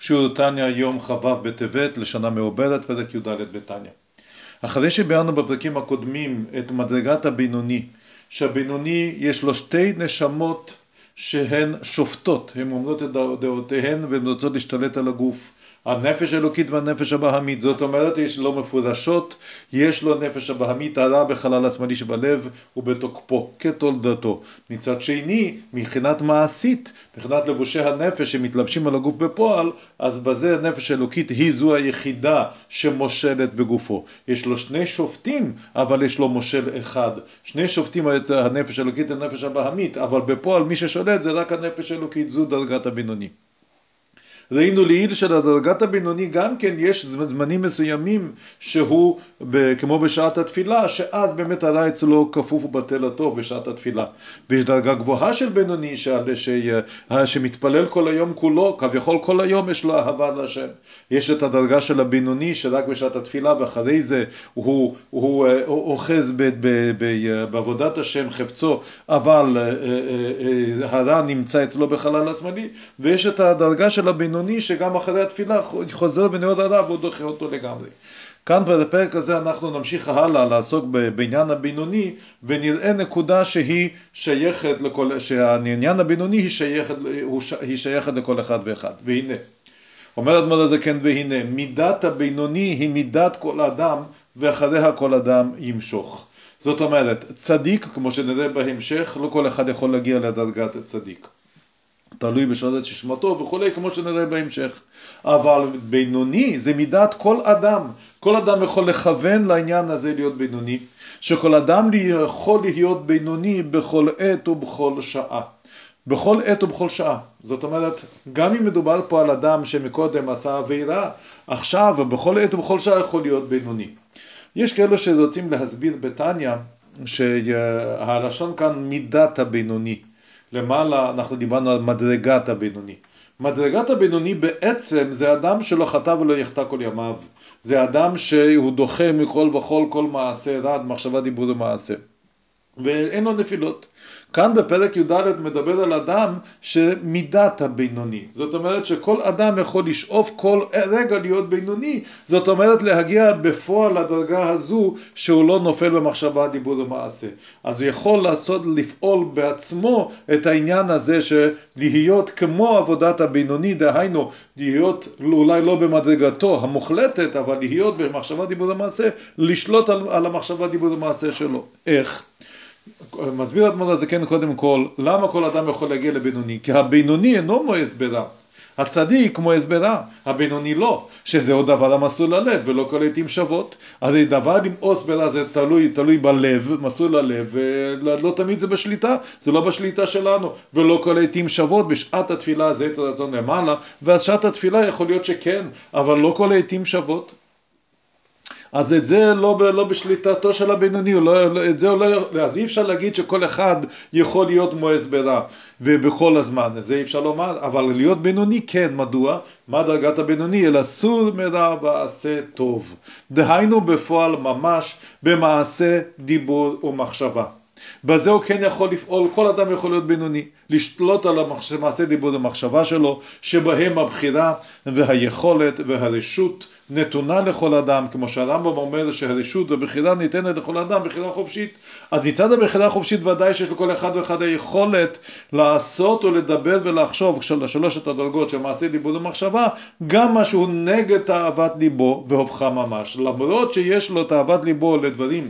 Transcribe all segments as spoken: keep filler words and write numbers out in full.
שיעור תניא יום חו' בטבת לשנה מעוברת, פרק י"ד בתניא. אחרי שביארנו בפרקים הקודמים את מדרגת הבינוני, שהבינוני יש לו שתי נשמות שהן שופטות, הן אומרות את דעותיהן והן רוצות להשתלט על הגוף, הנפש האלוקית והנפש הבהמית. זאת אומרת, יש לו מפורשות, יש לו נפש הבהמית הרע בחלל השמאלי שבלב ובתוקפו כתולדתו. מצד שני, מבחינת מעשית, מבחינת לבושי הנפש שמתלבשים על הגוף בפועל, אז בזה הנפש האלוקית היא זו היחידה שמושלת בגופו. יש לו שני שופטים, אבל יש לו מושל אחד. שני שופטים, הנפש האלוקית והנפש הבהמית, אבל בפועל מי ששולט זה רק הנפש האלוקית, זו דרגת הבינוני. ראינו לעיל של הדרגת הבינוני גם כן יש זמנים מסוימים שהוא כמו בשעת התפילה, שאז באמת הרע אצלו כפוף ובטל הטוב בשעת התפילה. ויש דרגה גבוהה של בינוני ש... ש... שמתפלל כל היום כולו, כביכול כל היום יש לו אהבה להשם. יש את הדרגה של הבינוני שרק בשעת התפילה ואחרי זה הוא, הוא, הוא אוחז ב... ב... ב... בעבודת השם חפצו, אבל הרע נמצא אצלו בחלל השמאלי. ויש את הדרגה של הבינוני שגם אחרי התפילה חוזר בנאות הרע והוא דוחה אותו לגמרי. כאן בפרק הזה אנחנו נמשיך הלאה לעסוק בעניין הבינוני, ונראה נקודה שהיא שייכת לכל, שהעניין הבינוני היא שייכת, היא שייכת לכל אחד ואחד. והנה, אומר אדמו"ר הזקן, והנה, מידת הבינוני היא מידת כל אדם, ואחריה כל אדם ימשוך. זאת אומרת, צדיק, כמו שנראה בהמשך, לא כל אחד יכול להגיע לדרגת צדיק. תלוי בשעת ששמתו וכולי, כמו שנראה בהמשך. אבל בינוני זה מידת כל אדם. כל אדם יכול לכוון לעניין הזה להיות בינוני, שכל אדם יכול להיות בינוני בכל עת ובכל שעה. בכל עת ובכל שעה. זאת אומרת, גם אם מדובר פה על אדם שמקודם עשה עבירה, עכשיו ובכל עת ובכל שעה יכול להיות בינוני. יש כאלו שרוצים להסביר בתניא שהלשון כאן מידת הבינוני. למעלה אנחנו דיברנו על מדרגת הבינוני. מדרגת הבינוני בעצם זה אדם שלא חטא ולא יחטא כל ימיו. זה אדם שהוא דוחה מכל וכל כל מעשה רע, מחשבה דיבור ומעשה. ואין לו נפילות. כאן בפרק י"ד מדבר על אדם שמידת הבינוני. זאת אומרת שכל אדם יכול לשאוף כל רגע להיות בינוני. זאת אומרת להגיע בפועל לדרגה הזו שהוא לא נופל במחשבה דיבור ומעשה. אז הוא יכול לעשות, לפעול בעצמו את העניין הזה שלהיות כמו עבודת הבינוני, דהיינו להיות אולי לא במדרגתו המוחלטת, אבל להיות במחשבה דיבור ומעשה, לשלוט על, על המחשבה דיבור ומעשה שלו. איך? מסביר אדמו"ר הזקן קודם כל, למה כל אדם יכול להגיע לבינוני? כי הבינוני אינו מואס ברע. הצדיק מואס ברע, הבינוני לא, שזה עוד דבר המסור ללב, ולא כל העתים שוות. הרי דבר למאוס ברע זה תלוי, תלוי בלב, מסור ללב, ולא תמיד זה בשליטה, זה לא בשליטה שלנו, ולא כל העתים שוות. בשעת התפילה זה את הרצון למעלה, ובשעת התפילה יכול להיות שכן, אבל לא כל העתים שוות. אז את זה לא, לא בשליטתו של הבינוני, לא, את זה לא, אז אי אפשר להגיד שכל אחד יכול להיות מואס ברע ובכל הזמן, זה אי אפשר לומר, אבל להיות בינוני כן, מדוע? מה דרגת הבינוני? אלא סור מרע ועשה טוב, דהיינו בפועל ממש במעשה דיבור ומחשבה. בזה הוא כן יכול לפעול, כל אדם יכול להיות בינוני, לשלוט על המעשה דיבור ומחשבה שלו, שבהם הבחירה והיכולת והרשות נתונה לכל אדם, כמו שהרמב"ם אומר שהרשות והבחירה ניתנת לכל אדם, בחירה חופשית. אז מצד הבחירה חופשית ודאי שיש לכל אחד ואחד היכולת לעשות ולדבר ולחשוב שלושת הדרגות של מעשה דיבור ומחשבה, גם משהו נגד תאוות ליבו והופכה ממש, למרות שיש לו תאוות ליבו לדברים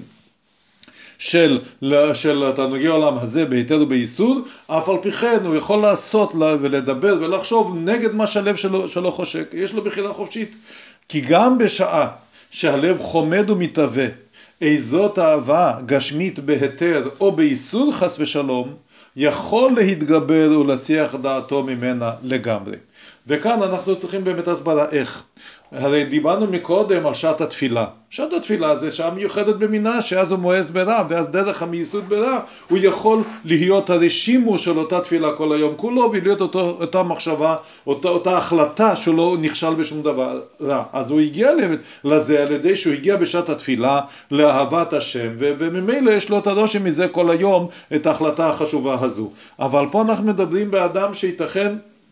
של, של תענוגי העולם הזה בהיתר ובאיסור, אף על פי כן הוא יכול לעשות ולדבר ולחשוב נגד מה שהלב שלו, שלו חושק. יש לו בחירה חופשית. כי גם בשעה שהלב חומד ומתהווה, איזו תאווה גשמית בהיתר או באיסור חס ושלום, יכול להתגבר ולהסיח דעתו ממנה לגמרי. וכאן אנחנו צריכים באמת הסברה איך. הרי דיברנו מקודם על שעת התפילה. שעת התפילה זה שעה מיוחדת במינה, שאז הוא מואס ברע, ואז דרך המייסוד ברע, הוא יכול להיות הרשימו של אותה תפילה כל היום כולו, ולהיות אותו, אותה מחשבה, אותה, אותה החלטה שהוא לא נכשל בשום דבר רע. אז הוא הגיע לזה על ידי שהוא הגיע בשעת התפילה לאהבת השם, וממילא יש לו את הרושם מזה כל היום את ההחלטה החשובה הזו. אבל פה אנחנו מדברים באדם שייתכן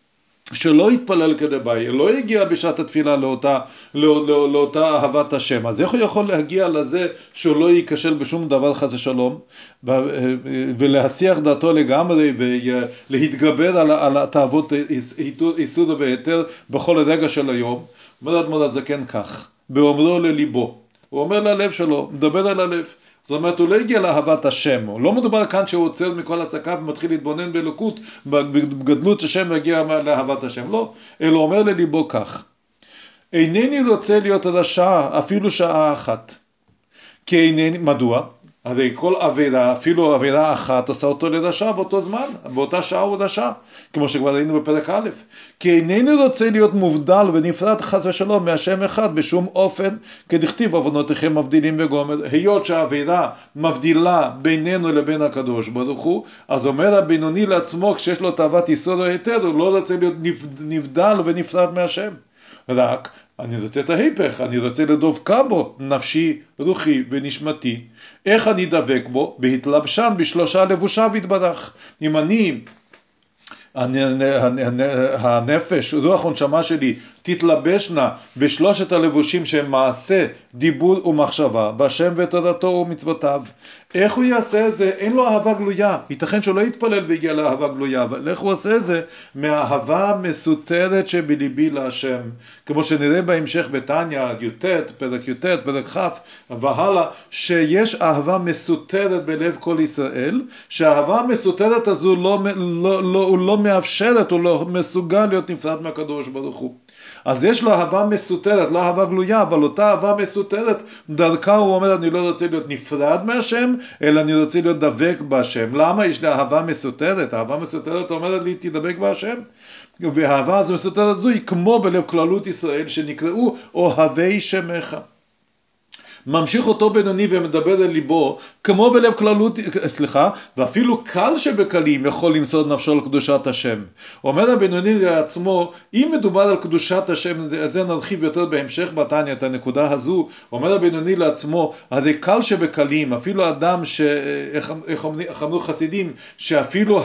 שלא יתפלל כדבעי, לא יגיע בשעת התפילה לאותה, לא, לא, לאותה אהבת השם. אז איך הוא יכול להגיע לזה שהוא לא ייכשל בשום דבר חס ושלום, ולהסיח דעתו לגמרי ולהתגבר על, על התאוות איסור והיתר בכל רגע של היום? אומר אדמו"ר הזקן כך, באומרו לליבו, הוא אומר ללב שלו, מדבר על הלב. זאת אומרת, הוא לא הגיע לאהבת השם, לא מדובר כאן שהוא עוצר מכל הצקה ומתחיל להתבונן באלוקות, בגדלות השם והגיע לאהבת השם, לא, אלא אומר לליבו כך, אינני רוצה להיות רשע אפילו שעה אחת, כי אינני, מדוע? הרי כל עבירה, אפילו עבירה אחת, עושה אותו לרשע באותו זמן, באותה שעה הוא רשע, כמו שכבר ראינו בפרק א', כי אינני רוצה להיות מובדל ונפרד חס ושלום מהשם אחד בשום אופן, כדכתיב עוונותיכם מבדילים וגומר. היות שהעבירה מבדילה בינינו לבין הקדוש ברוך הוא, אז אומר הבינוני לעצמו, כשיש לו תאוות יסוד או היתר, הוא לא רוצה להיות נבדל ונפרד מהשם. רק אני רוצה את ההיפך, אני רוצה לדבקה בו, נפשי, רוחי ונשמתי. איך אני דבק בו? בהתלבשן בשלושה לבושיו יתברך. אם אני, הנפש, רוח ונשמה שלי, תתלבשנה בשלושת הלבושים שהם מעשה, דיבור ומחשבה, בשם ותורתו ומצוותיו. איך הוא יעשה את זה? אין לו אהבה גלויה. ייתכן שהוא לא יתפלל ויגיע לאהבה גלויה, אבל איך הוא עושה את זה? מהאהבה מסותרת שבליבי להשם. כמו שנראה בהמשך בתניה, י"ט, פרק י"ט, פרק כ' והלאה, שיש אהבה מסותרת בלב כל ישראל, שהאהבה המסותרת הזו לא, לא, לא, הוא לא מאפשרת, הוא לא מסוגל להיות נפרד מהקדוש ברוך הוא. אז יש לו אהבה מסותרת, לא אהבה גלויה, אבל אותה אהבה מסותרת, דרכה הוא אומר, אני לא רוצה להיות נפרד מהשם, אלא אני רוצה להיות דבק בהשם. למה? יש לי אהבה מסותרת. האהבה מסותרת אומרת לי, תדבק בהשם. והאהבה הזו מסותרת זו היא כמו בלב כללות ישראל, שנקראו אוהבי שמך. ממשיך אותו בינוני ומדבר אל ליבו, כמו בלב כללות, סליחה, ואפילו קל שבקלים יכול למסור נפשו על קדושת השם. אומר הבינוני לעצמו, אם מדובר על קדושת השם, זה נרחיב יותר בהמשך בתניה את הנקודה הזו, אומר הבינוני לעצמו, הרי קל שבקלים, אפילו אדם ש... איך אמרו חסידים, שאפילו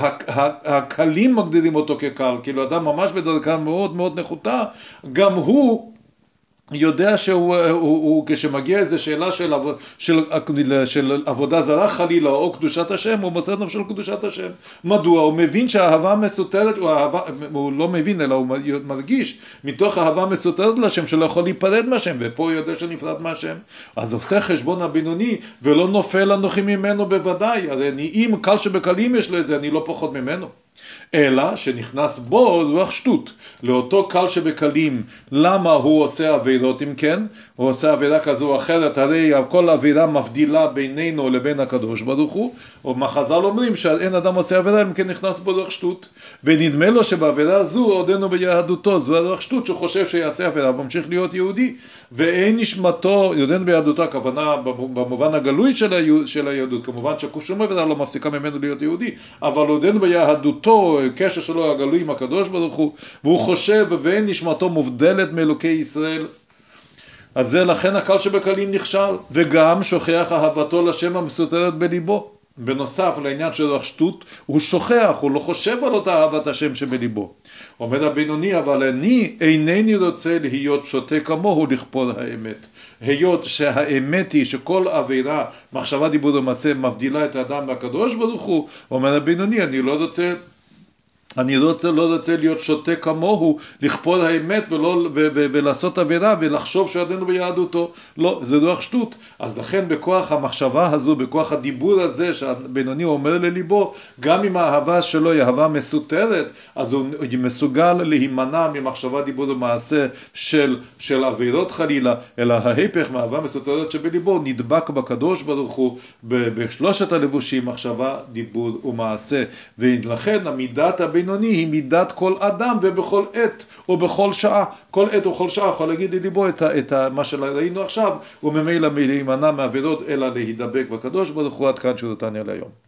הקלים מגדירים אותו כקל, כאילו אדם ממש בדרכה מאוד מאוד נחותה, גם הוא יודע שהוא, הוא, הוא, כשמגיע איזו שאלה של, של, של עבודה זרה חלילה או קדושת השם, הוא מוסר נפשו על קדושת השם. מדוע? הוא מבין שהאהבה מסותרת, הוא, אהבה, הוא לא מבין אלא הוא מרגיש מתוך אהבה מסותרת לשם שלא יכול להיפרד מהשם, ופה הוא יודע שנפרד מהשם. אז עושה חשבון הבינוני ולא נופל אנוכי ממנו בוודאי, הרי אני, אם קל שבקלים יש לו את זה, אני לא פחות ממנו. אלא שנכנס בו רוח שטות, לאותו קל שבקלים. למה הוא עושה עבירות אם כן? הוא עושה עבירה כזו או אחרת, הרי כל עבירה מבדילה בינינו לבין הקדוש ברוך הוא, ומחז"ל אומרים שאין אדם עושה עבירה אם כן נכנס בו רוח שטות, ונדמה לו שבעבירה זו עודנו ביהדותו, זו הרוח שטות שהוא חושב שיעשה עבירה וממשיך להיות יהודי, ואין נשמתו, עודנו ביהדותו, הכוונה במובן הגלוי של היהדות, כמובן ששום עבירה לא מפסיקה ממנו להיות יהודי, אבל עודנו ביהדותו, קשר שלו הגלוי עם הקדוש ברוך הוא, והוא חושב ואין נשמתו מובדלת מאלוקי ישראל. אז זה לכן הקל שבקלים נכשל, וגם שוכח אהבתו לשם המסותרת בליבו. בנוסף לעניין של רוח שטות, הוא שוכח, הוא לא חושב על אותה אהבת השם שבליבו. אומר הבינוני, אבל אני אינני רוצה להיות שוטה כמוהו לכפור האמת. היות שהאמת היא שכל עבירה, מחשבה, דיבור ומעשה מבדילה את האדם מהקדוש ברוך הוא, אומר הבינוני, אני לא רוצה אני לא רוצה, לא רוצה להיות שוטה כמוהו, לכפור האמת ולא, ו, ו, ולעשות עבירה ולחשוב שעדינו ביהדותו. לא, זה רוח שטות. אז לכן בכוח המחשבה הזו, בכוח הדיבור הזה שהבינוני אומר לליבו, גם אם האהבה שלו היא אהבה מסותרת, אז הוא מסוגל להימנע ממחשבה, דיבור ומעשה של, של עבירות חלילה, אלא ההיפך מהאהבה מסותרת שבליבו נדבק בקדוש ברוך הוא בשלושת הלבושים, מחשבה, דיבור ומעשה. ולכן המידת הבינוני היא מידת כל אדם ובכל עת ובכל שעה. כל עת ובכל שעה יכול להגיד לליבו את, את מה שראינו עכשיו, וממילא להימנע מעבירות אלא להידבק בקדוש ברוך הוא. עד כאן תשובתנו להיום.